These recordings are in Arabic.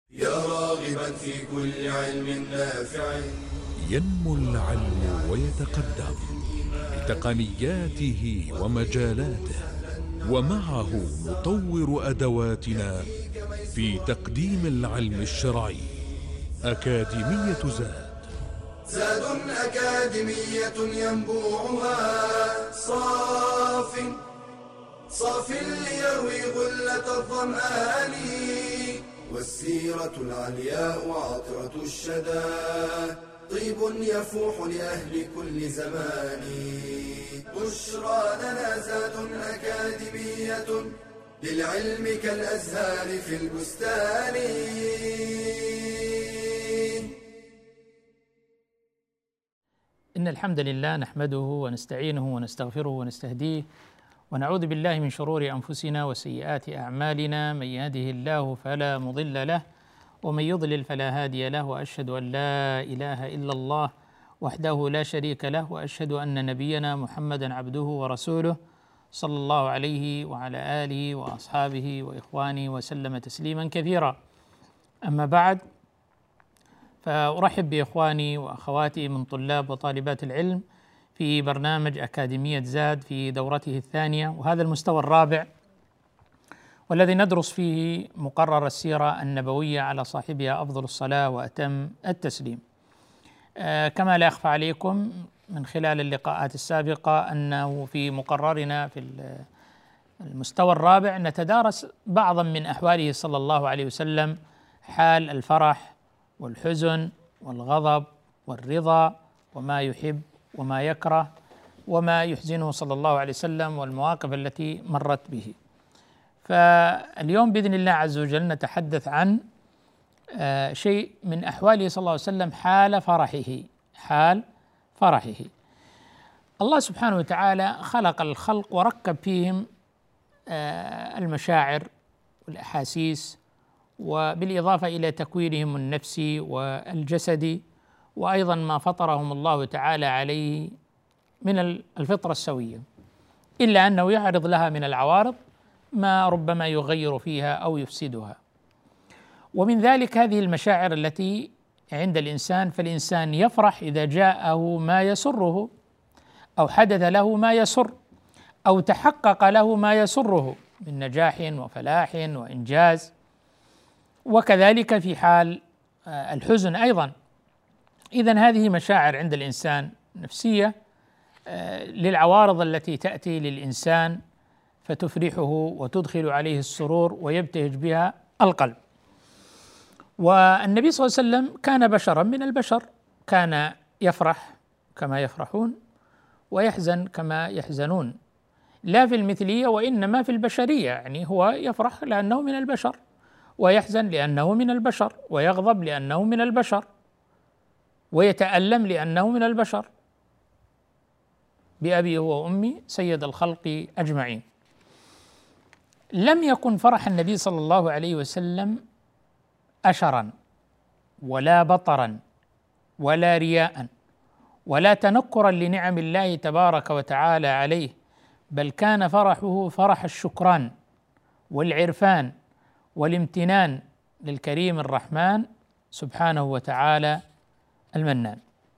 يا راغبا في كل علم نافع. ينمو العلم ويتقدم بتقنياته ومجالاته، ومعه نطور أدواتنا في تقديم العلم الشرعي. أكاديمية زاد أكاديمية ينبوعها صاف ليروي غلة الظمآن، والسيرة العلياء عطرة الشدى طيب يفوح لأهل كل زمان. بشرى لنا زاد أكاديمية للعلم كالأزهار في البستان. إن الحمد لله نحمده ونستعينه ونستغفره ونستهديه، ونعوذ بالله من شرور أنفسنا وسيئات أعمالنا. من يهده الله فلا مضل له، ومن يضلل فلا هادي له، وأشهد أن لا إله إلا الله وحده لا شريك له، وأشهد أن نبينا محمدا عبده ورسوله صلى الله عليه وعلى آله وأصحابه وإخوانه وسلم تسليما كثيرا. أما بعد، فأرحب بإخواني وأخواتي من طلاب وطالبات العلم في برنامج أكاديمية زاد في دورته الثانية، وهذا المستوى الرابع، والذي ندرس فيه مقرر السيرة النبوية على صاحبها أفضل الصلاة وأتم التسليم. كما لا يخفى عليكم من خلال اللقاءات السابقة أنه في مقررنا في المستوى الرابع نتدارس بعضا من أحواله صلى الله عليه وسلم، حال الفرح والحزن والغضب والرضا، وما يحب وما يكره وما يحزنه صلى الله عليه وسلم، والمواقف التي مرت به. فاليوم بإذن الله عز وجل نتحدث عن شيء من أحواله صلى الله عليه وسلم، حال فرحه. الله سبحانه وتعالى خلق الخلق وركب فيهم المشاعر والأحاسيس، وبالإضافة إلى تكوينهم النفسي والجسدي، وأيضا ما فطرهم الله تعالى عليه من الفطرة السوية، إلا أنه يعرض لها من العوارض ما ربما يغير فيها أو يفسدها. ومن ذلك هذه المشاعر التي عند الإنسان، فالإنسان يفرح إذا جاءه ما يسره، أو حدث له ما يسر، أو تحقق له ما يسره من نجاح وفلاح وإنجاز. وكذلك في حال الحزن أيضا. إذن هذه مشاعر عند الإنسان نفسية للعوارض التي تأتي للإنسان فتفرحه وتدخل عليه السرور ويبتهج بها القلب. والنبي صلى الله عليه وسلم كان بشرا من البشر، كان يفرح كما يفرحون ويحزن كما يحزنون، لا في المثلية وإنما في البشرية. يعني هو يفرح لأنه من البشر، ويحزن لأنه من البشر، ويغضب لأنه من البشر، ويتألم لأنه من البشر، بأبي هو وأمي سيد الخلق أجمعين. لم يكن فرح النبي صلى الله عليه وسلم أشرا ولا بطرا ولا رياء ولا تنكرا لنعم الله تبارك وتعالى عليه، بل كان فرحه فرح الشكران والعرفان والامتنان للكريم الرحمن سبحانه وتعالى المنان.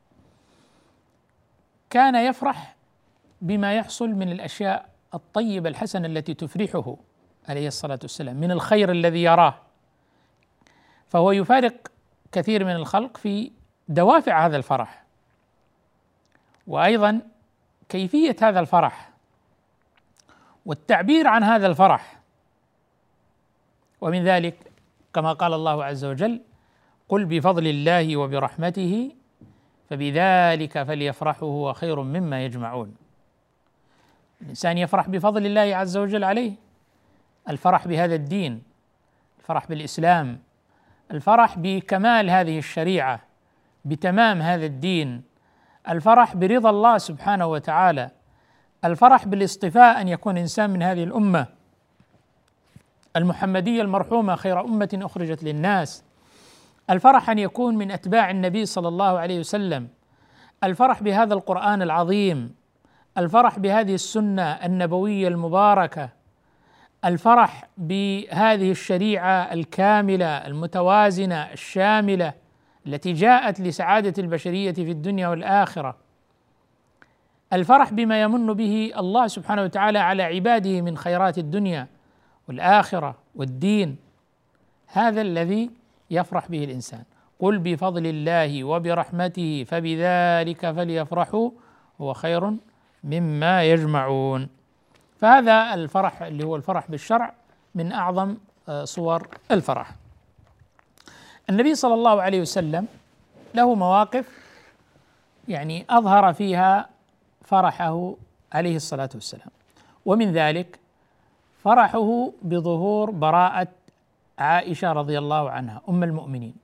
كان يفرح بما يحصل من الأشياء الطيبة الحسنة التي تفرحه عليه الصلاة والسلام من الخير الذي يراه، فهو يفارق كثير من الخلق في دوافع هذا الفرح، وأيضا كيفية هذا الفرح والتعبير عن هذا الفرح. ومن ذلك كما قال الله عز وجل: قل بفضل الله وبرحمته فبذلك فليفرحوا هو خير مما يجمعون. الإنسان يفرح بفضل الله عز وجل عليه، الفرح بهذا الدين، الفرح بالإسلام، الفرح بكمال هذه الشريعة، بتمام هذا الدين، الفرح برضا الله سبحانه وتعالى، الفرح بالاصطفاء أن يكون إنسان من هذه الأمة المحمدية المرحومة، خير أمة أخرجت للناس، الفرح أن يكون من أتباع النبي صلى الله عليه وسلم، الفرح بهذا القرآن العظيم، الفرح بهذه السنة النبوية المباركة، الفرح بهذه الشريعة الكاملة المتوازنة الشاملة التي جاءت لسعادة البشرية في الدنيا والآخرة، الفرح بما يمن به الله سبحانه وتعالى على عباده من خيرات الدنيا والآخرة والدين، هذا الذي يفرح به الإنسان. قل بفضل الله وبرحمته فبذلك فليفرحوا هو خير مما يجمعون. فهذا الفرح اللي هو الفرح بالشرع من أعظم صور الفرح. النبي صلى الله عليه وسلم له مواقف يعني أظهر فيها فرحه عليه الصلاة والسلام، ومن ذلك فرحه بظهور براءة عائشة رضي الله عنها أم المؤمنين.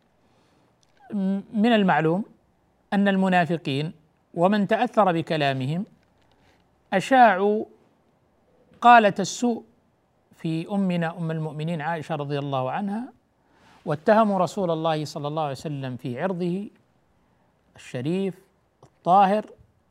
من المعلوم أن المنافقين ومن تأثر بكلامهم أشاعوا قالة السوء في أمنا أم المؤمنين عائشة رضي الله عنها، واتهموا رسول الله صلى الله عليه وسلم في عرضه الشريف الطاهر،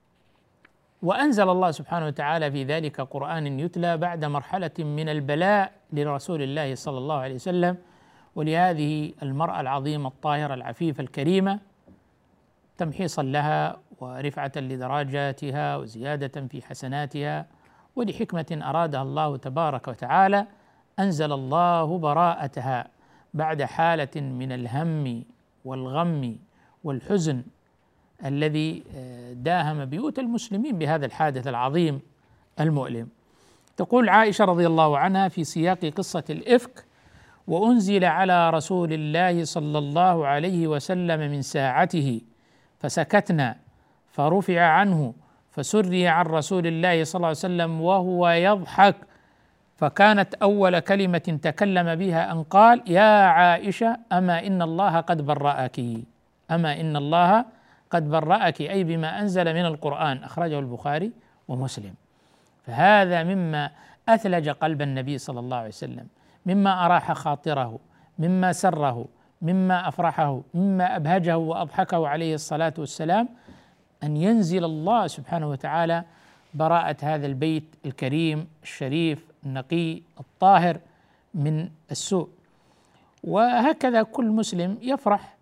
وأنزل الله سبحانه وتعالى في ذلك قرآن يتلى بعد مرحلة من البلاء لرسول الله صلى الله عليه وسلم ولهذه المرأة العظيمة الطاهرة العفيفة الكريمة، تمحيصا لها ورفعة لدرجاتها وزيادة في حسناتها، ولحكمة أرادها الله تبارك وتعالى أنزل الله براءتها بعد حالة من الهم والغم والحزن الذي داهم بيوت المسلمين بهذا الحادث العظيم المؤلم. تقول عائشة رضي الله عنها في سياق قصة الإفك: وأنزل على رسول الله صلى الله عليه وسلم من ساعته فسكتنا فرفع عنه فسري عن رسول الله صلى الله عليه وسلم وهو يضحك، فكانت أول كلمة تكلم بها أن قال: يا عائشة أما إن الله قد برأك، أما إن الله قد برأك، أي بما أنزل من القرآن، أخرجه البخاري ومسلم. فهذا مما أثلج قلب النبي صلى الله عليه وسلم، مما أراح خاطره، مما سره، مما أفرحه، مما أبهجه وأضحكه عليه الصلاة والسلام، أن ينزل الله سبحانه وتعالى براءة هذا البيت الكريم الشريف النقي الطاهر من السوء. وهكذا كل مسلم يفرح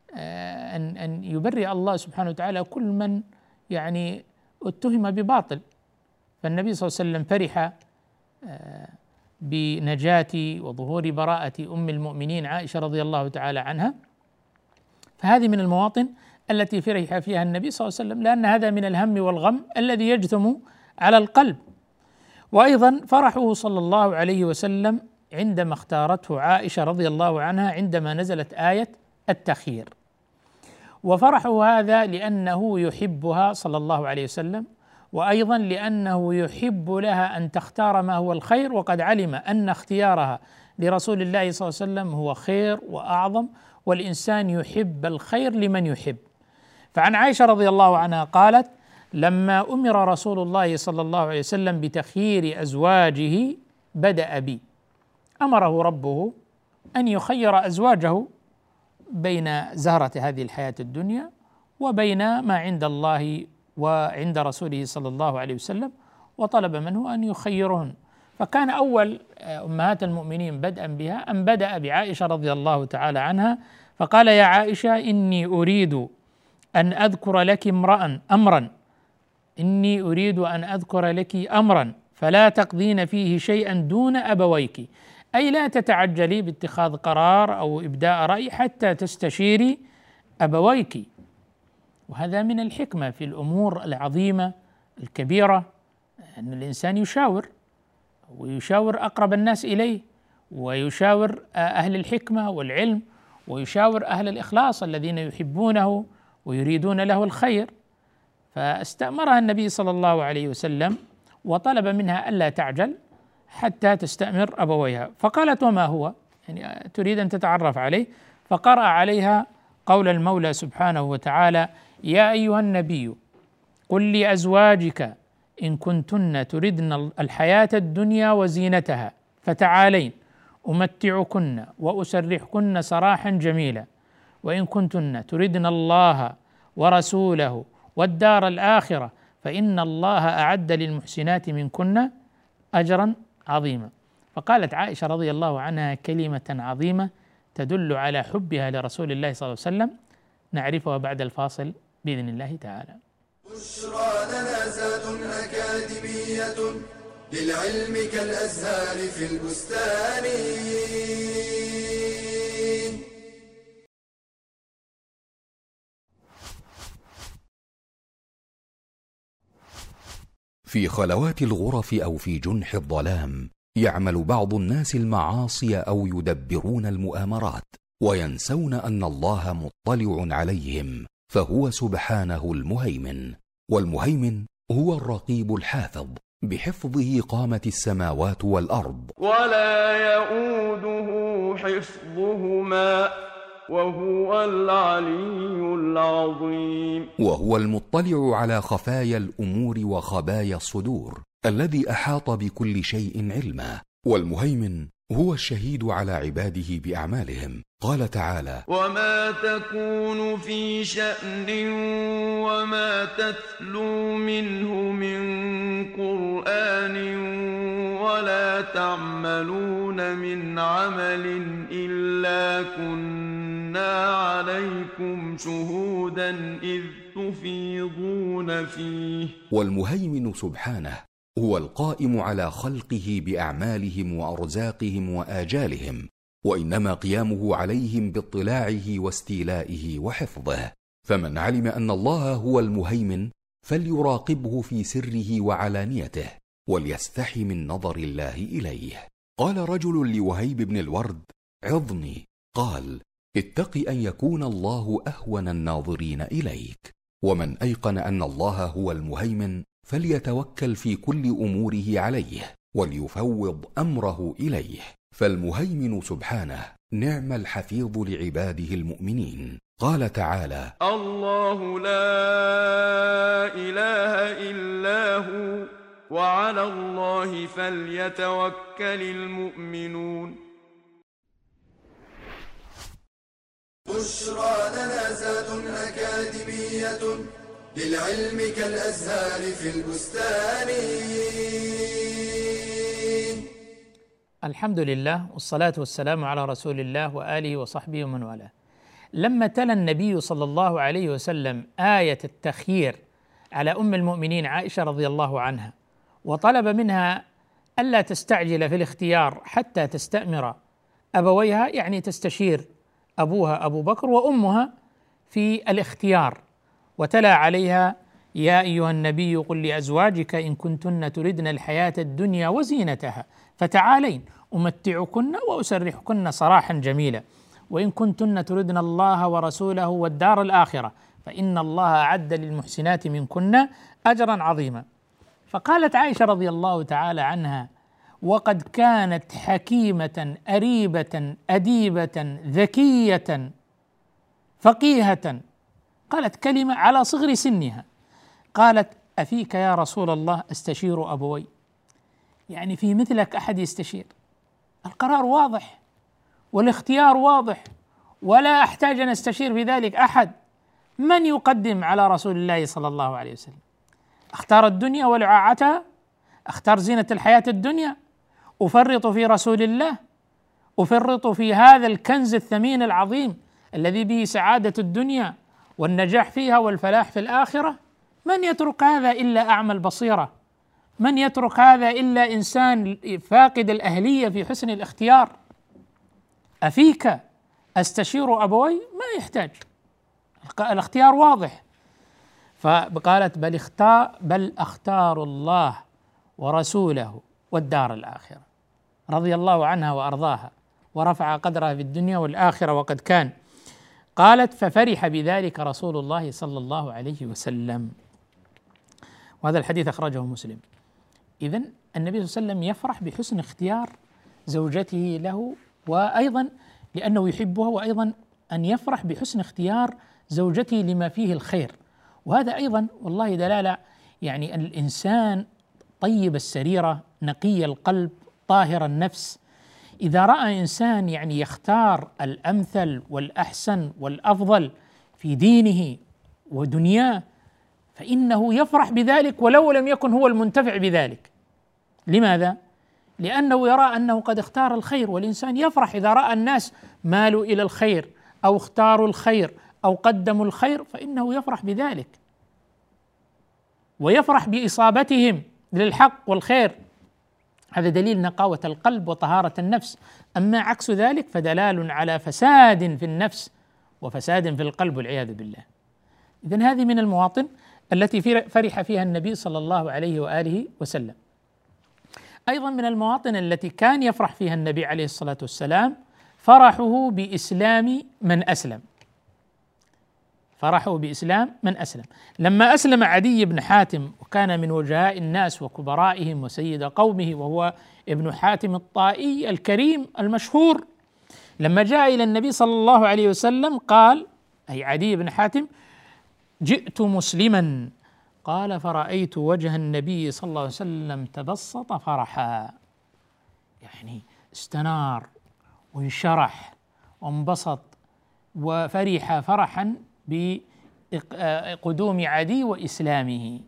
أن يبرئ الله سبحانه وتعالى كل من يعني اتهم بباطل. فالنبي صلى الله عليه وسلم فرح بنجاة وظهور براءة أم المؤمنين عائشة رضي الله تعالى عنها، فهذه من المواطن التي فرح فيها النبي صلى الله عليه وسلم، لأن هذا من الهم والغم الذي يجثم على القلب. وأيضا فرحه صلى الله عليه وسلم عندما اختارته عائشة رضي الله عنها عندما نزلت آية التخيير، وفرحه هذا لأنه يحبها صلى الله عليه وسلم، وأيضا لأنه يحب لها أن تختار ما هو الخير، وقد علم أن اختيارها لرسول الله صلى الله عليه وسلم هو خير وأعظم، والإنسان يحب الخير لمن يحب. فعن عائشة رضي الله عنها قالت: لما أمر رسول الله صلى الله عليه وسلم بتخيير أزواجه بدأ بي، أمره ربه أن يخير أزواجه بين زهرة هذه الحياة الدنيا وبين ما عند الله وعند رسوله صلى الله عليه وسلم، وطلب منه أن يخيرهن. فكان أول أمهات المؤمنين بدءا بها أن بدأ بعائشة رضي الله تعالى عنها، فقال: يا عائشة إني أريد أن أذكر لك أمرا، إني أريد أن أذكر لك أمرا فلا تقضين فيه شيئا دون أبويك، أي لا تتعجلي باتخاذ قرار أو إبداء رأي حتى تستشيري أبويك. وهذا من الحكمة في الأمور العظيمة الكبيرة، أن الإنسان يشاور، ويشاور أقرب الناس إليه، ويشاور أهل الحكمة والعلم، ويشاور أهل الإخلاص الذين يحبونه ويريدون له الخير. فاستأمرها النبي صلى الله عليه وسلم وطلب منها ألا تعجل حتى تستأمر أبويها. فقالت: وما هو؟ يعني تريد أن تتعرف عليه. فقرأ عليها قول المولى سبحانه وتعالى: يا أيها النبي قل لأزواجك إن كنتن تردن الحياة الدنيا وزينتها فتعالين أمتعكن وأسرحكن سراحا جميلا، وإن كنتن تردن الله ورسوله والدار الآخرة فإن الله أعد للمحسنات منكن أجرا عظيما. فقالت عائشة رضي الله عنها كلمة عظيمة تدل على حبها لرسول الله صلى الله عليه وسلم، نعرفها بعد الفاصل بإذن الله تعالى. بشرى لنا زاد أكاديمية للعلم كالأزهار في البستان. في خلوات الغرف أو في جنح الظلام يعمل بعض الناس المعاصي أو يدبرون المؤامرات، وينسون أن الله مطلع عليهم، فهو سبحانه المهيمن، والمهيمن هو الرقيب الحافظ، بحفظه قامت السماوات والأرض ولا يؤوده حفظهما وهو العلي العظيم. وهو المطلع على خفايا الأمور وخبايا الصدور، الذي أحاط بكل شيء علما. والمهيمن هو الشهيد على عباده بأعمالهم. قال تعالى: وما تكون في شأن وما تتلو منه من قرآن ولا تعملون من عمل إلا كنا عليكم شهودا إذ تفيضون فيه. والمهيمن سبحانه هو القائم على خلقه بأعمالهم وأرزاقهم وآجالهم، وإنما قيامه عليهم باطلاعه واستيلائه وحفظه. فمن علم أن الله هو المهيمن فليراقبه في سره وعلانيته، وليستحي من نظر الله إليه. قال رجل لوهيب بن الورد: عظني. قال: اتق أن يكون الله أهون الناظرين إليك. ومن أيقن أن الله هو المهيمن فليتوكل في كل أموره عليه، وليفوض أمره إليه، فالمهيمن سبحانه نعم الحفيظ لعباده المؤمنين. قال تعالى: الله لا إله إلا هو وعلى الله فليتوكل المؤمنون. بشرى لنا زاد أكاديمية للعلم كالأزهار في البستان. الحمد لله والصلاة والسلام على رسول الله وآله وصحبه ومن والاه. لما تلا النبي صلى الله عليه وسلم آية التخيير على أم المؤمنين عائشة رضي الله عنها، وطلب منها ألا تستعجل في الاختيار حتى تستأمر أبويها، يعني تستشير أبوها أبو بكر وأمها في الاختيار، وتلا عليها: يا أيها النبي قل لأزواجك إن كنتن تردن الحياة الدنيا وزينتها فتعالين أمتعكن وأسرحكن سراحا جميلا، وإن كنتن تردن الله ورسوله والدار الآخرة فإن الله أعد للمحسنات منكن أجرا عظيما. فقالت عائشة رضي الله تعالى عنها: وقد كانت حكيمة أريبة أديبة ذكية فقيهة. قالت كلمة على صغر سنها، قالت: أفيك يا رسول الله أستشير أبوي؟ يعني في مثلك أحد يستشير؟ القرار واضح والاختيار واضح، ولا أحتاج أن أستشير في ذلك أحد. من يقدم على رسول الله صلى الله عليه وسلم؟ أختار الدنيا ولعاعتها؟ أختار زينة الحياة الدنيا؟ أفرط في رسول الله؟ أفرط في هذا الكنز الثمين العظيم الذي به سعادة الدنيا والنجاح فيها والفلاح في الآخرة؟ من يترك هذا إلا أعمى البصيرة؟ من يترك هذا إلا إنسان فاقد الأهلية في حسن الاختيار؟ أفيك أستشير أبوي؟ ما يحتاج، الاختيار واضح. فقالت: بل أختار الله ورسوله والدار الآخرة، رضي الله عنها وأرضاها ورفع قدرها في الدنيا والآخرة وقد كان. قالت: ففرح بذلك رسول الله صلى الله عليه وسلم. وهذا الحديث أخرجه مسلم. إذن النبي صلى الله عليه وسلم يفرح بحسن اختيار زوجته له، وأيضا لأنه يحبها، وأيضا أن يفرح بحسن اختيار زوجته لما فيه الخير. وهذا أيضا والله دلالة، يعني الإنسان طيب السريرة نقي القلب طاهر النفس، إذا رأى إنسان يعني يختار الأمثل والأحسن والأفضل في دينه ودنياه فإنه يفرح بذلك ولو لم يكن هو المنتفع بذلك. لماذا؟ لأنه يرى أنه قد اختار الخير، والإنسان يفرح إذا رأى الناس مالوا إلى الخير أو اختاروا الخير أو قدموا الخير، فإنه يفرح بذلك ويفرح بإصابتهم للحق والخير. هذا دليل نقاوة القلب وطهارة النفس. أما عكس ذلك فدلال على فساد في النفس وفساد في القلب والعياذ بالله. إذن هذه من المواطن التي فرح فيها النبي صلى الله عليه وآله وسلم. أيضا من المواطن التي كان يفرح فيها النبي عليه الصلاة والسلام فرحه بإسلام من أسلم. فرحه بإسلام من أسلم. لما أسلم عدي بن حاتم، وكان من وجهاء الناس وكبرائهم وسيد قومه، وهو ابن حاتم الطائي الكريم المشهور، لما جاء إلى النبي صلى الله عليه وسلم قال، أي عدي بن حاتم: جئت مسلما. قال: فرأيت وجه النبي صلى الله عليه وسلم تبسط فرحا، يعني استنار وانشرح وانبسط وفرح فرحا بقدوم عدي وإسلامه.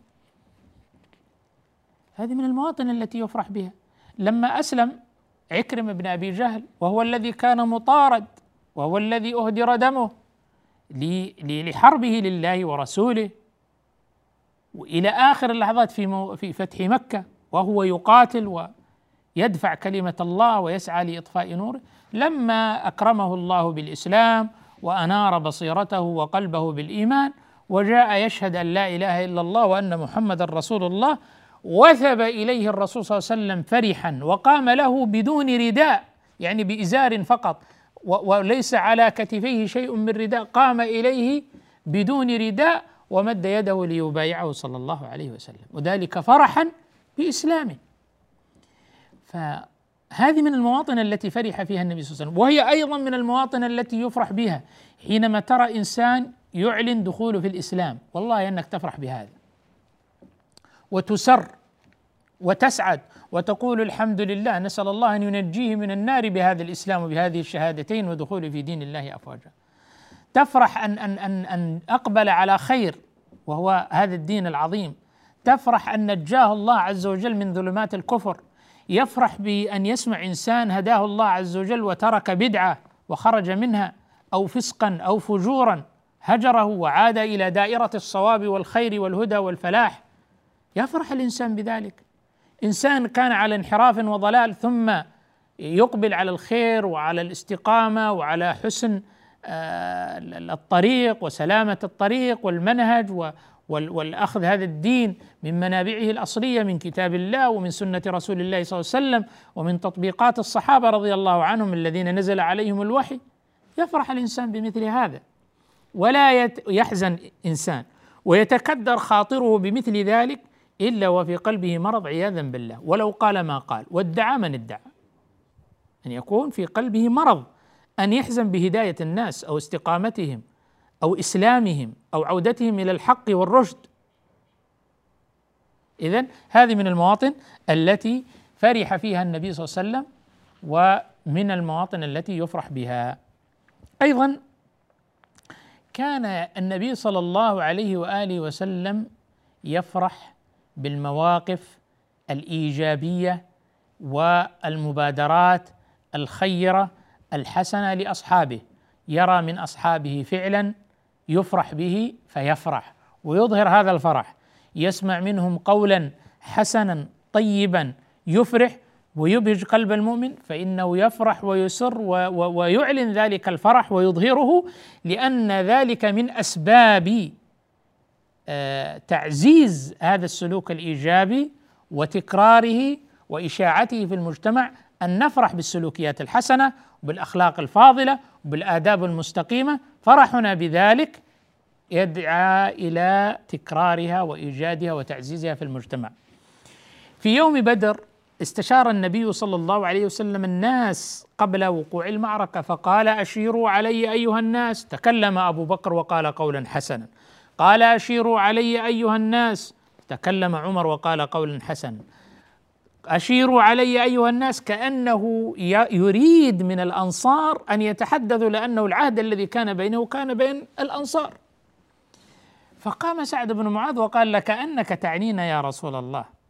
هذه من المواطن التي يفرح بها. لما أسلم عكرمة بن أبي جهل، وهو الذي كان مطارد وهو الذي أهدر دمه لحربه لله ورسوله، وإلى آخر اللحظات في فتح مكة وهو يقاتل ويدفع كلمة الله ويسعى لإطفاء نوره، لما أكرمه الله بالإسلام وأنار بصيرته وقلبه بالإيمان وجاء يشهد أن لا إله إلا الله وأن محمد رسول الله، وثب إليه الرسول صلى الله عليه وسلم فرحا وقام له بدون رداء، يعني بإزار فقط وليس على كتفيه شيء من رداء، قام إليه بدون رداء ومد يده ليبايعه صلى الله عليه وسلم، وذلك فرحا بإسلامه. فهذه من المواطن التي فرح فيها النبي صلى الله عليه وسلم. وهي أيضا من المواطن التي يفرح بها حينما ترى إنسان يعلن دخوله في الإسلام، والله أنك تفرح بهذا وتسر وتسعد وتقول الحمد لله، نسأل الله أن ينجيه من النار بهذا الإسلام وبهذه الشهادتين ودخوله في دين الله أفواجا. تفرح أن أقبل على خير وهو هذا الدين العظيم، تفرح أن نجاه الله عز وجل من ظلمات الكفر، يفرح بأن يسمع إنسان هداه الله عز وجل وترك بدعة وخرج منها أو فسقا أو فجورا هجره وعاد إلى دائرة الصواب والخير والهدى والفلاح، يفرح الإنسان بذلك. إنسان كان على انحراف وضلال ثم يقبل على الخير وعلى الاستقامة وعلى حسن الطريق وسلامة الطريق والمنهج والأخذ هذا الدين من منابعه الأصلية من كتاب الله ومن سنة رسول الله صلى الله عليه وسلم ومن تطبيقات الصحابة رضي الله عنهم الذين نزل عليهم الوحي. يفرح الإنسان بمثل هذا، ولا يحزن إنسان ويتكدر خاطره بمثل ذلك إلا وفي قلبه مرض عياذا بالله، ولو قال ما قال وادعى من ادعى، أن يكون في قلبه مرض، أن يحزن بهداية الناس أو استقامتهم أو إسلامهم أو عودتهم إلى الحق والرشد. إذن هذه من المواطن التي فرح فيها النبي صلى الله عليه وسلم، ومن المواطن التي يفرح بها. أيضا كان النبي صلى الله عليه وآله وسلم يفرح بالمواقف الإيجابية والمبادرات الخيرة الحسنة لأصحابه، يرى من أصحابه فعلا يفرح به فيفرح ويظهر هذا الفرح، يسمع منهم قولا حسنا طيبا يفرح ويبهج قلب المؤمن فإنه يفرح ويسر ويعلن ذلك الفرح ويظهره، لأن ذلك من أسباب تعزيز هذا السلوك الإيجابي وتكراره وإشاعته في المجتمع، أن نفرح بالسلوكيات الحسنة وبالأخلاق الفاضلة وبالآداب المستقيمة. فرحنا بذلك يدعى إلى تكرارها وإيجادها وتعزيزها في المجتمع. في يوم بدر استشار النبي صلى الله عليه وسلم الناس قبل وقوع المعركة فقال: أشيروا علي أيها الناس. تكلم أبو بكر وقال قولا حسنا. قال: أشيروا علي أيها الناس. تكلم عمر وقال قولا حسنا. أشيروا علي أيها الناس، كأنه يريد من الأنصار أن يتحدثوا، لأنه العهد الذي كان بينه كان بين الأنصار. فقام سعد بن معاذ وقال: لكأنك تعنينا يا رسول الله.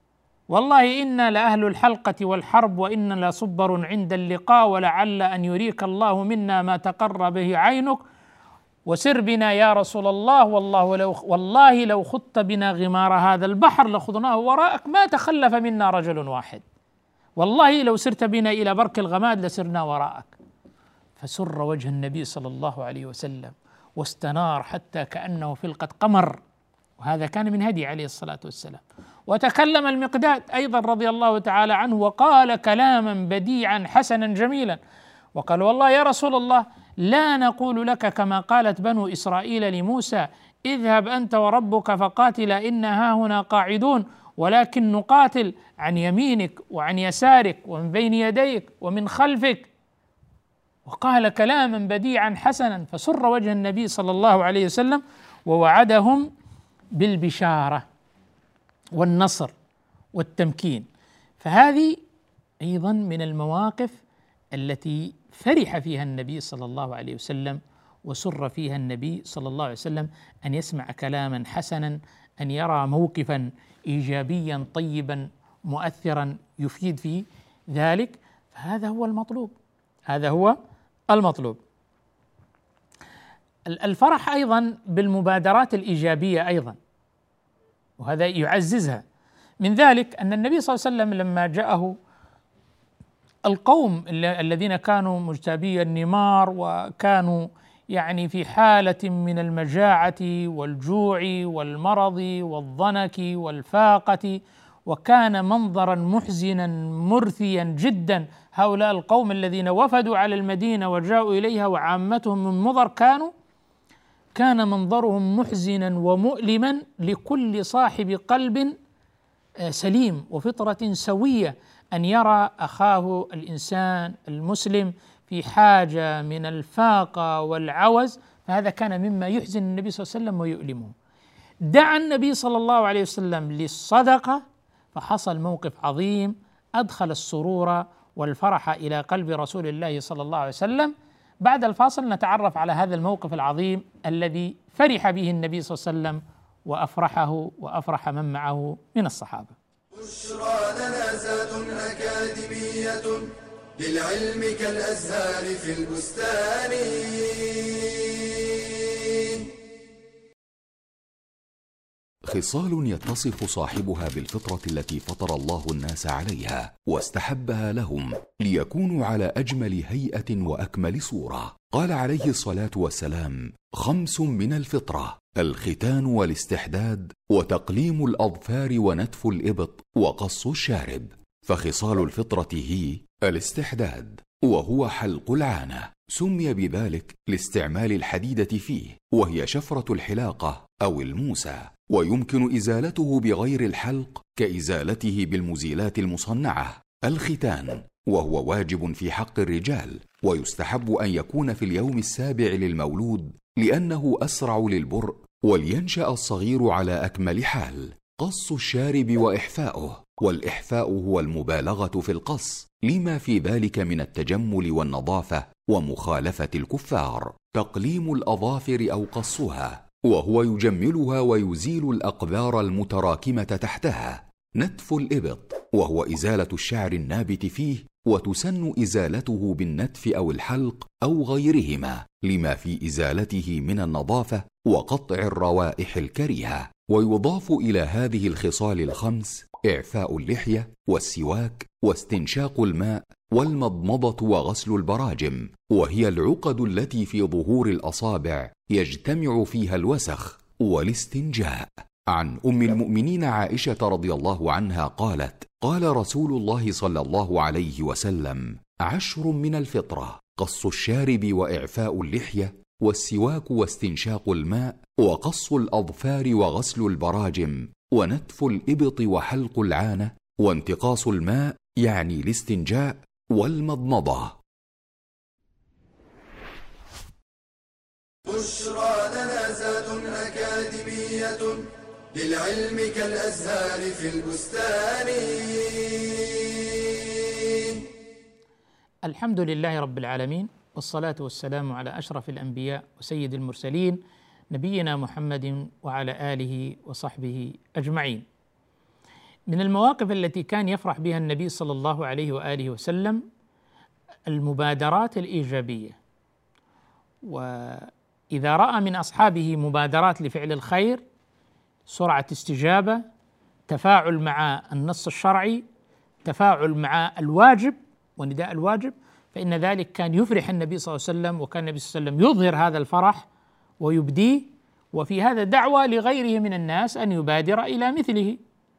والله إنا لأهل الحلقة والحرب وإنا لصبر عند اللقاء ولعل أن يريك الله منا ما تقر به عينك وسر بنا يا رسول الله والله لو خضت بنا غمار هذا البحر لخضناه وراءك ما تخلف منا رجل واحد، والله لو سرت بنا إلى برك الغماد لسرنا وراءك. فسر وجه النبي صلى الله عليه وسلم واستنار حتى كأنه فلقة قمر، وهذا كان من هدي عليه الصلاة والسلام. وتكلم المقداد أيضا رضي الله تعالى عنه وقال كلاما بديعا حسنا جميلا، وقال والله يا رسول الله لا نقول لك كما قالت بنو إسرائيل لموسى اذهب أنت وربك فقاتلا إنا هاهنا قاعدون، ولكن نقاتل عن يمينك وعن يسارك ومن بين يديك ومن خلفك. وقال كلاما بديعا حسنا، فسر وجه النبي صلى الله عليه وسلم ووعدهم بالبشارة والنصر والتمكين. فهذه أيضا من المواقف التي فرح فيها النبي صلى الله عليه وسلم وسر فيها النبي صلى الله عليه وسلم أن يسمع كلاما حسنا، أن يرى موقفا إيجابيا طيبا مؤثرا يفيد في ذلك. فهذا هو المطلوب، هذا هو المطلوب. الفرح أيضا بالمبادرات الإيجابية أيضا، وهذا يعززها. من ذلك أن النبي صلى الله عليه وسلم لما جاءه القوم الذين كانوا مجتابي النمار وكانوا يعني في حالة من المجاعة والجوع والمرض والضنك والفاقة، وكان منظرا محزنا مرثيا جدا. هؤلاء القوم الذين وفدوا على المدينة وجاءوا إليها وعامتهم من مضر كان منظرهم محزنا ومؤلما لكل صاحب قلب سليم وفطرة سوية أن يرى أخاه الإنسان المسلم في حاجة من الفاقة والعوز. فهذا كان مما يحزن النبي صلى الله عليه وسلم ويؤلمه. دعا النبي صلى الله عليه وسلم للصدقة، فحصل موقف عظيم أدخل السرور والفرح إلى قلب رسول الله صلى الله عليه وسلم. بعد الفاصل نتعرف على هذا الموقف العظيم الذي فرح به النبي صلى الله عليه وسلم وأفرحه وأفرح من معه من الصحابة. بشرى لنا زاد أكاديمية للعلم كالأزهار في البستان. خصال يتصف صاحبها بالفطرة التي فطر الله الناس عليها واستحبها لهم ليكونوا على أجمل هيئة وأكمل صورة. قال عليه الصلاة والسلام: 5 من الفطرة: الختان والاستحداد وتقليم الأظفار ونتف الإبط وقص الشارب. فخصال الفطرة هي الاستحداد، وهو حلق العانة، سمي بذلك لاستعمال الحديدة فيه، وهي شفرة الحلاقة أو الموسى، ويمكن إزالته بغير الحلق كإزالته بالمزيلات المصنعة. الختان وهو واجب في حق الرجال، ويستحب أن يكون في اليوم 7 للمولود لأنه أسرع للبرء ولينشأ الصغير على أكمل حال. قص الشارب وإحفاؤه، والإحفاء هو المبالغة في القص لما في ذلك من التجمل والنظافة ومخالفة الكفار. تقليم الأظافر أو قصها، وهو يجملها ويزيل الأقذار المتراكمة تحتها. نتف الإبط، وهو إزالة الشعر النابت فيه، وتسن إزالته بالنتف أو الحلق أو غيرهما لما في إزالته من النظافة وقطع الروائح الكريهة. ويضاف إلى هذه الخصال 5 إعفاء اللحية والسواك واستنشاق الماء والمضمضة وغسل البراجم، وهي العقد التي في ظهور الأصابع يجتمع فيها الوسخ، والاستنجاء. عن أم المؤمنين عائشة رضي الله عنها قالت: قال رسول الله صلى الله عليه وسلم: 10 من الفطرة: قص الشارب وإعفاء اللحية والسواك واستنشاق الماء وقص الأظفار وغسل البراجم ونتف الإبط وحلق العانة وانتقاص الماء يعني الاستنجاء والمضمضة. بشرى لنا زاد أكاديمية للعلم كالأزهار في البستان. الحمد لله رب العالمين، والصلاة والسلام على أشرف الأنبياء وسيد المرسلين نبينا محمد وعلى آله وصحبه أجمعين. من المواقف التي كان يفرح بها النبي صلى الله عليه وآله وسلم المبادرات الإيجابية، وإذا رأى من أصحابه مبادرات لفعل الخير، سرعة استجابة، تفاعل مع النص الشرعي، تفاعل مع الواجب ونداء الواجب، فإن ذلك كان يفرح النبي صلى الله عليه وسلم، وكان النبي صلى الله عليه وسلم يظهر هذا الفرح ويبديه، وفي هذا دعوة لغيره من الناس أن يبادر إلى مثله.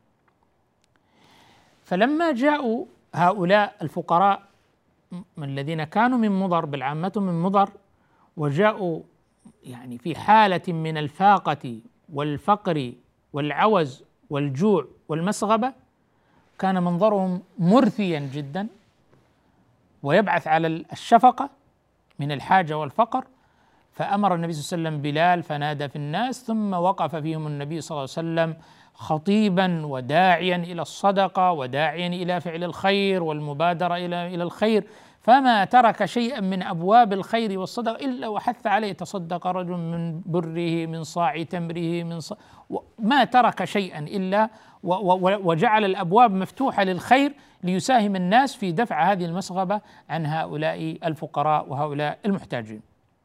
فلما جاءوا هؤلاء الفقراء من الذين كانوا من مضر، بالعامة من مضر، وجاءوا يعني في حالة من الفاقة والفقر والعوز والجوع والمسغبة، كان منظرهم مرثيا جدا ويبعث على الشفقة من الحاجة والفقر. فأمر النبي صلى الله عليه وسلم بلال فنادى في الناس، ثم وقف فيهم النبي صلى الله عليه وسلم خطيبا وداعيا إلى الصدقة وداعيا إلى فعل الخير والمبادرة إلى الخير، فما ترك شيئا من أبواب الخير والصدقة إلا وحث عليه: تصدق رجل من بره، من صاع تمره، ما ترك شيئا إلا وجعل الأبواب مفتوحة للخير ليساهم الناس في دفع هذه المسغبة عن هؤلاء الفقراء وهؤلاء المحتاجين.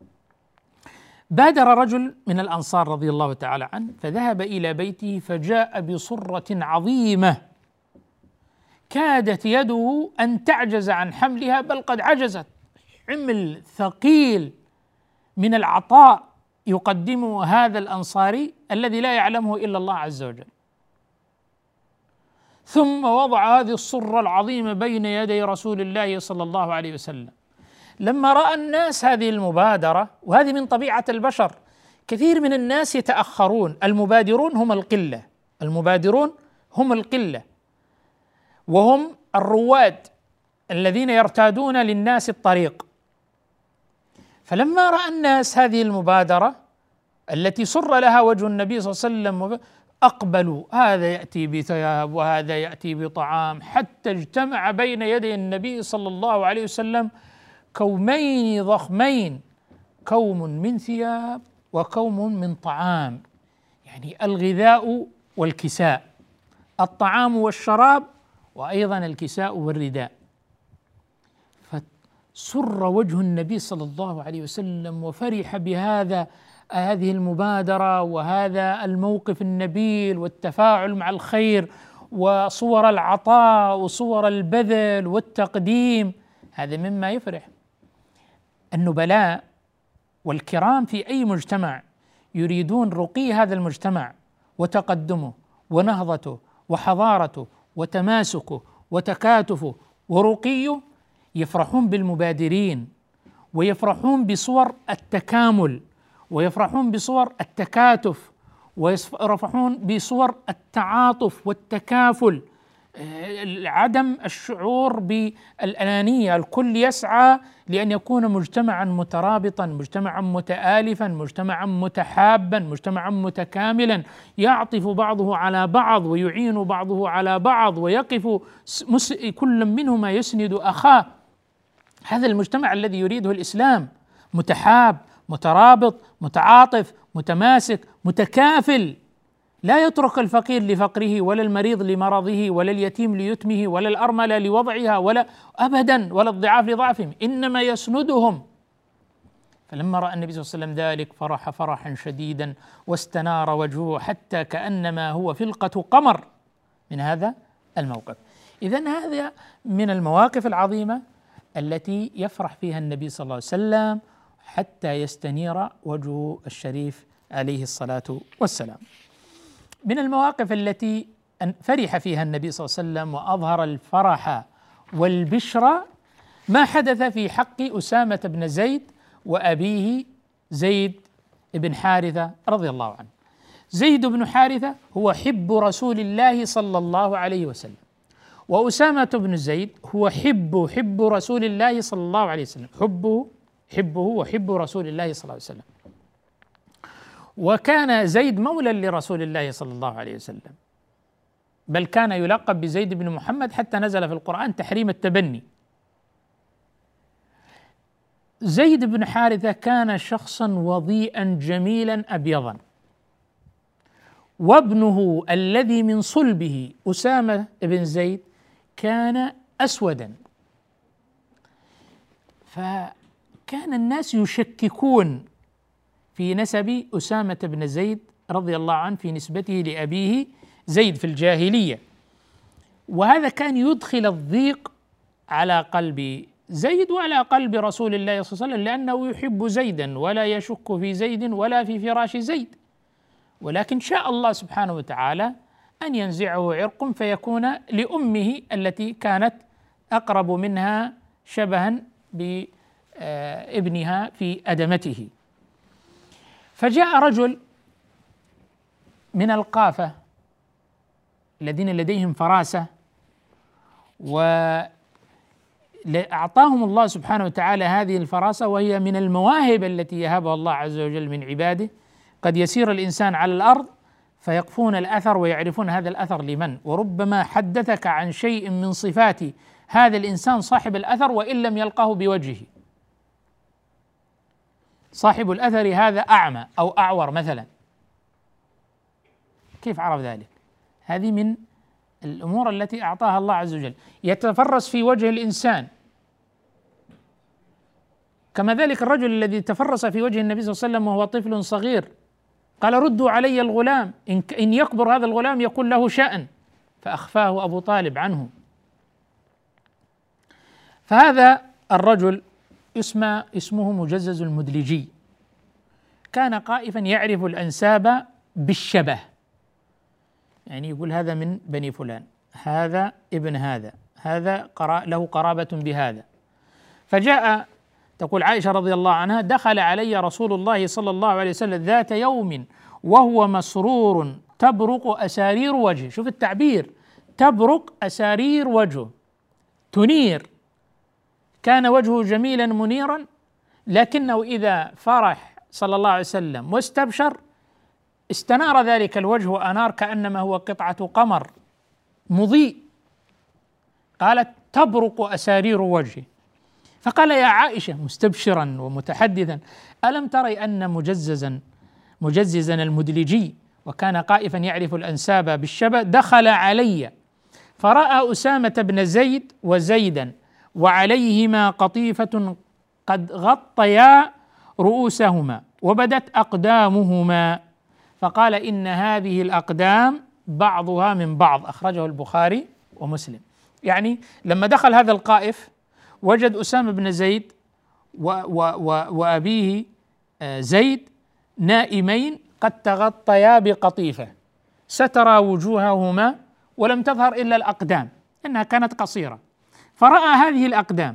بادر رجل من الأنصار رضي الله تعالى عنه فذهب إلى بيته، فجاء بصرة عظيمة كادت يده أن تعجز عن حملها، بل قد عجزت. حمل ثقيل من العطاء يقدمه هذا الأنصاري الذي لا يعلمه إلا الله عز وجل. ثم وضع هذه الصرة العظيمة بين يدي رسول الله صلى الله عليه وسلم. لما رأى الناس هذه المبادرة، وهذه من طبيعة البشر، كثير من الناس يتأخرون، المبادرون هم القلة، المبادرون هم القلة، وهم الرواد الذين يرتادون للناس الطريق. فلما رأى الناس هذه المبادرة التي سر لها وجه النبي صلى الله عليه وسلم، أقبلوا، هذا يأتي بثياب وهذا يأتي بطعام، حتى اجتمع بين يدي النبي صلى الله عليه وسلم كومين ضخمين، كوم من ثياب وكوم من طعام، يعني الغذاء والكساء، الطعام والشراب، وأيضا الكساء والرداء. فسر وجه النبي صلى الله عليه وسلم وفرح هذه المبادرة وهذا الموقف النبيل والتفاعل مع الخير وصور العطاء وصور البذل والتقديم. هذا مما يفرح. النبلاء والكرام في أي مجتمع يريدون رقي هذا المجتمع وتقدمه ونهضته وحضارته وتماسكه وتكاتفه ورقيه، يفرحون بالمبادرين، ويفرحون بصور التكامل، ويفرحون بصور التكاتف، ويفرحون بصور التعاطف والتكافل، عدم الشعور بالأنانية. الكل يسعى لأن يكون مجتمعا مترابطا، مجتمعا متآلفا، مجتمعا متحابا، مجتمعا متكاملا، يعطف بعضه على بعض ويعين بعضه على بعض، ويقف كل منهما يسند أخاه. هذا المجتمع الذي يريده الإسلام، متحاب، مترابط، متعاطف، متماسك، متكافل، لا يترك الفقير لفقره، ولا المريض لمرضه، ولا اليتيم ليتمه، ولا الأرملة لوضعها، ولا أبدا، ولا الضعاف لضعفهم، إنما يسندهم. فلما رأى النبي صلى الله عليه وسلم ذلك فرح فرحا شديدا واستنار وجهه حتى كأنما هو فلقة قمر من هذا الموقف. إذن هذا من المواقف العظيمة التي يفرح فيها النبي صلى الله عليه وسلم حتى يستنير وجهه الشريف عليه الصلاة والسلام. من المواقف التي فرح فيها النبي صلى الله عليه وسلم وأظهر الفرح والبشرى ما حدث في حق أسامة بن زيد وأبيه زيد بن حارثة رضي الله عنه. زيد بن حارثة هو حب رسول الله صلى الله عليه وسلم، وأسامة بن زيد هو حب رسول الله صلى الله عليه وسلم، حبه وحب رسول الله صلى الله عليه وسلم. وكان زيد مولى لرسول الله صلى الله عليه وسلم، بل كان يلقب بزيد بن محمد حتى نزل في القرآن تحريم التبني. زيد بن حارثة كان شخصا وضيئا جميلا أبيضا، وابنه الذي من صلبه أسامة بن زيد كان أسودا، فكان الناس يشككون في نسب أسامة بن زيد رضي الله عنه في نسبته لأبيه زيد في الجاهلية، وهذا كان يدخل الضيق على قلب زيد وعلى قلب رسول الله صلى الله عليه وسلم، لأنه يحب زيدا ولا يشك في زيد ولا في فراش زيد، ولكن شاء الله سبحانه وتعالى أن ينزعه عرق فيكون لأمه التي كانت أقرب منها شبها بابنها في أدمته. فجاء رجل من القافة الذين لديهم فراسة، وأعطاهم الله سبحانه وتعالى هذه الفراسة، وهي من المواهب التي يهبها الله عز وجل من عباده. قد يسير الإنسان على الأرض فيقفون الأثر ويعرفون هذا الأثر لمن، وربما حدثك عن شيء من صفات هذا الإنسان صاحب الأثر وإن لم يلقه بوجهه. صاحب الأثر هذا أعمى أو أعور مثلا، كيف عرف ذلك؟ هذه من الأمور التي أعطاها الله عز وجل. يتفرس في وجه الإنسان، كما ذلك الرجل الذي تفرس في وجه النبي صلى الله عليه وسلم وهو طفل صغير، قال ردوا علي الغلام إن يكبر هذا الغلام يكون له شأن، فأخفاه أبو طالب عنه. فهذا الرجل اسمه مجزز المدلجي، كان قائفا يعرف الأنساب بالشبه، يعني يقول هذا من بني فلان، هذا ابن هذا، هذا له قرابة بهذا. فجاء، تقول عائشة رضي الله عنها، دخل علي رسول الله صلى الله عليه وسلم ذات يوم وهو مسرور تبرق أسارير وجهه، شوف التعبير، تبرق أسارير وجهه، تنير، كان وجهه جميلا منيرا، لكنه إذا فرح صلى الله عليه وسلم واستبشر استنار ذلك الوجه وأنار كأنما هو قطعة قمر مضيء. قالت تبرق أسارير وجهه، فقال يا عائشة مستبشرا ومتحدثا ألم تري أن مجززا المدلجي وكان قائفا يعرف الأنساب بالشبه دخل علي فرأى أسامة بن زيد وزيدا وعليهما قطيفة قد غطيا رؤوسهما وبدت أقدامهما، فقال إن هذه الأقدام بعضها من بعض، أخرجه البخاري ومسلم. يعني لما دخل هذا القائف وجد أسامة بن زيد وأبيه زيد نائمين قد تغطيا بقطيفة سترى وجوههما ولم تظهر إلا الأقدام إنها كانت قصيرة، فرأى هذه الأقدام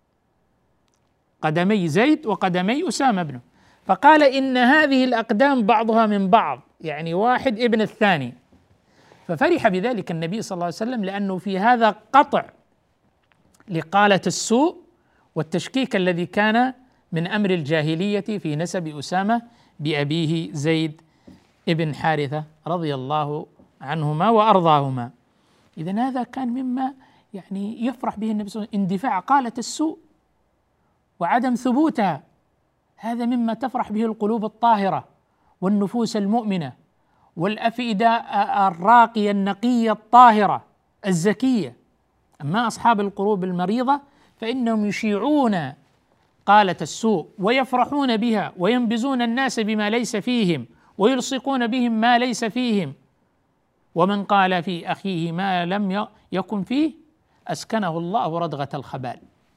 قدمي زيد وقدمي أسامة بنه، فقال إن هذه الأقدام بعضها من بعض، يعني واحد ابن الثاني. ففرح بذلك النبي صلى الله عليه وسلم، لأنه في هذا قطع لقالة السوء والتشكيك الذي كان من أمر الجاهلية في نسب أسامة بأبيه زيد ابن حارثة رضي الله عنهما وأرضاهما. إذن هذا كان مما يعني يفرح به النبي صلى الله عليه وسلم، اندفاع قالة السوء وعدم ثبوتها، هذا مما تفرح به القلوب الطاهرة والنفوس المؤمنة والأفئدة الراقية النقية الطاهرة الزكية. أما أصحاب القلوب المريضة فإنهم يشيعون قالة السوء ويفرحون بها وينبذون الناس بما ليس فيهم ويلصقون بهم ما ليس فيهم، ومن قال في أخيه ما لم يكن فيه أسكنه الله ردغة الخبال،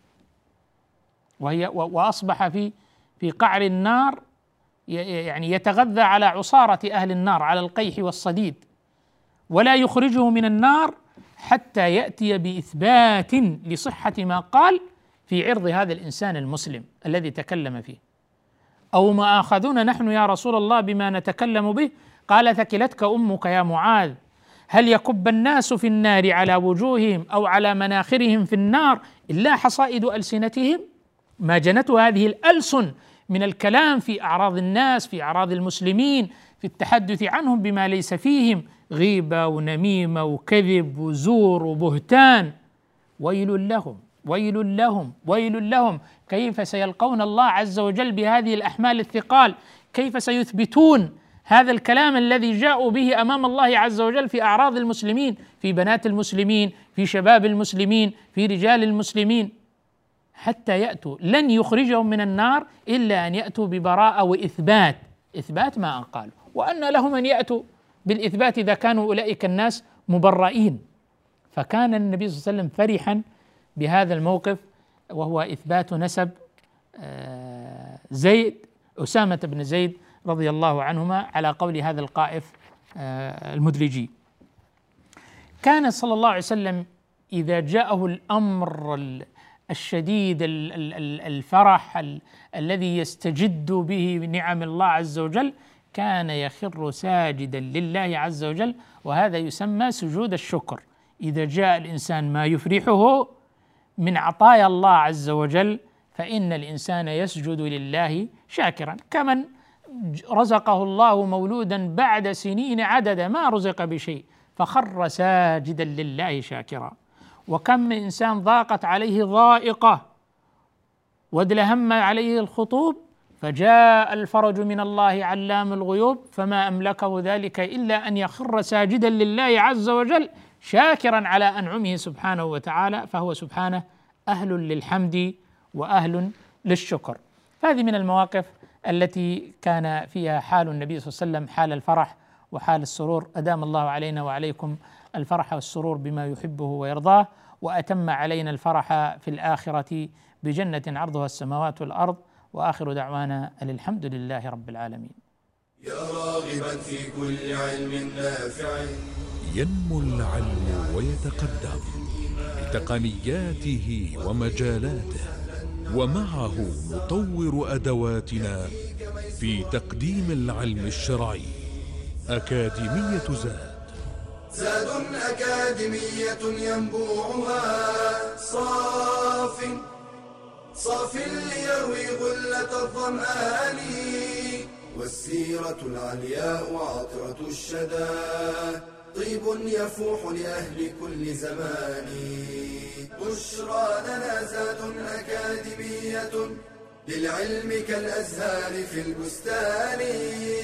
وأصبح في قعر النار، يعني يتغذى على عصارة أهل النار، على القيح والصديد، ولا يخرجه من النار حتى يأتي بإثبات لصحة ما قال في عرض هذا الإنسان المسلم الذي تكلم فيه. أو ما آخذون نحن يا رسول الله بما نتكلم به؟ قال ثكلتك أمك يا معاذ، هل يكب الناس في النار على وجوههم أو على مناخرهم في النار إلا حصائد ألسنتهم؟ ما جنته هذه الألسن من الكلام في أعراض الناس، في أعراض المسلمين، في التحدث عنهم بما ليس فيهم، غيبة ونميمة وكذب وزور وبهتان. ويل لهم ويل لهم ويل لهم، كيف سيلقون الله عز وجل بهذه الأحمال الثقال؟ كيف سيثبتون هذا الكلام الذي جاءوا به أمام الله عز وجل في أعراض المسلمين، في بنات المسلمين، في شباب المسلمين، في رجال المسلمين، حتى يأتوا لن يخرجهم من النار إلا أن يأتوا ببراءة وإثبات ما قالوا، وأن لهم أن يأتوا بالإثبات إذا كانوا أولئك الناس مبرئين. فكان النبي صلى الله عليه وسلم فرحا بهذا الموقف، وهو إثبات نسب أسامة بن زيد رضي الله عنهما على قول هذا القائف المدلجي. كان صلى الله عليه وسلم إذا جاءه الأمر الشديد الفرح الذي يستجد به نعم الله عز وجل، كان يخر ساجدا لله عز وجل، وهذا يسمى سجود الشكر. إذا جاء الإنسان ما يفرحه من عطايا الله عز وجل فإن الإنسان يسجد لله شاكرا، كمن رزقه الله مولودا بعد سنين عدد ما رزق بشيء فخر ساجدا لله شاكرا. وكم من إنسان ضاقت عليه ضائقة وادلهم عليه الخطوب فجاء الفرج من الله علام الغيوب فما أملكه ذلك إلا أن يخر ساجدا لله عز وجل شاكرا على أنعمه سبحانه وتعالى، فهو سبحانه أهل للحمد وأهل للشكر. هذه من المواقف التي كان فيها حال النبي صلى الله عليه وسلم حال الفرح وحال السرور. أدام الله علينا وعليكم الفرح والسرور بما يحبه ويرضاه، وأتم علينا الفرح في الآخرة بجنة عرضها السماوات والأرض، وآخر دعوانا أن الحمد لله رب العالمين. يا راغبا في كل علم نافع ينمو العلم ويتقدم بتقنياته ومجالاته، ومعه نطور أدواتنا في تقديم العلم الشرعي. أكاديمية زاد أكاديمية ينبوعها صاف ليروي غلة الظمآن، والسيرة العلياء عطرة الشدى طيب يفوح لأهل كل زمان. بشرى لنا زاد أكاديمية للعلم كالأزهار في البستان.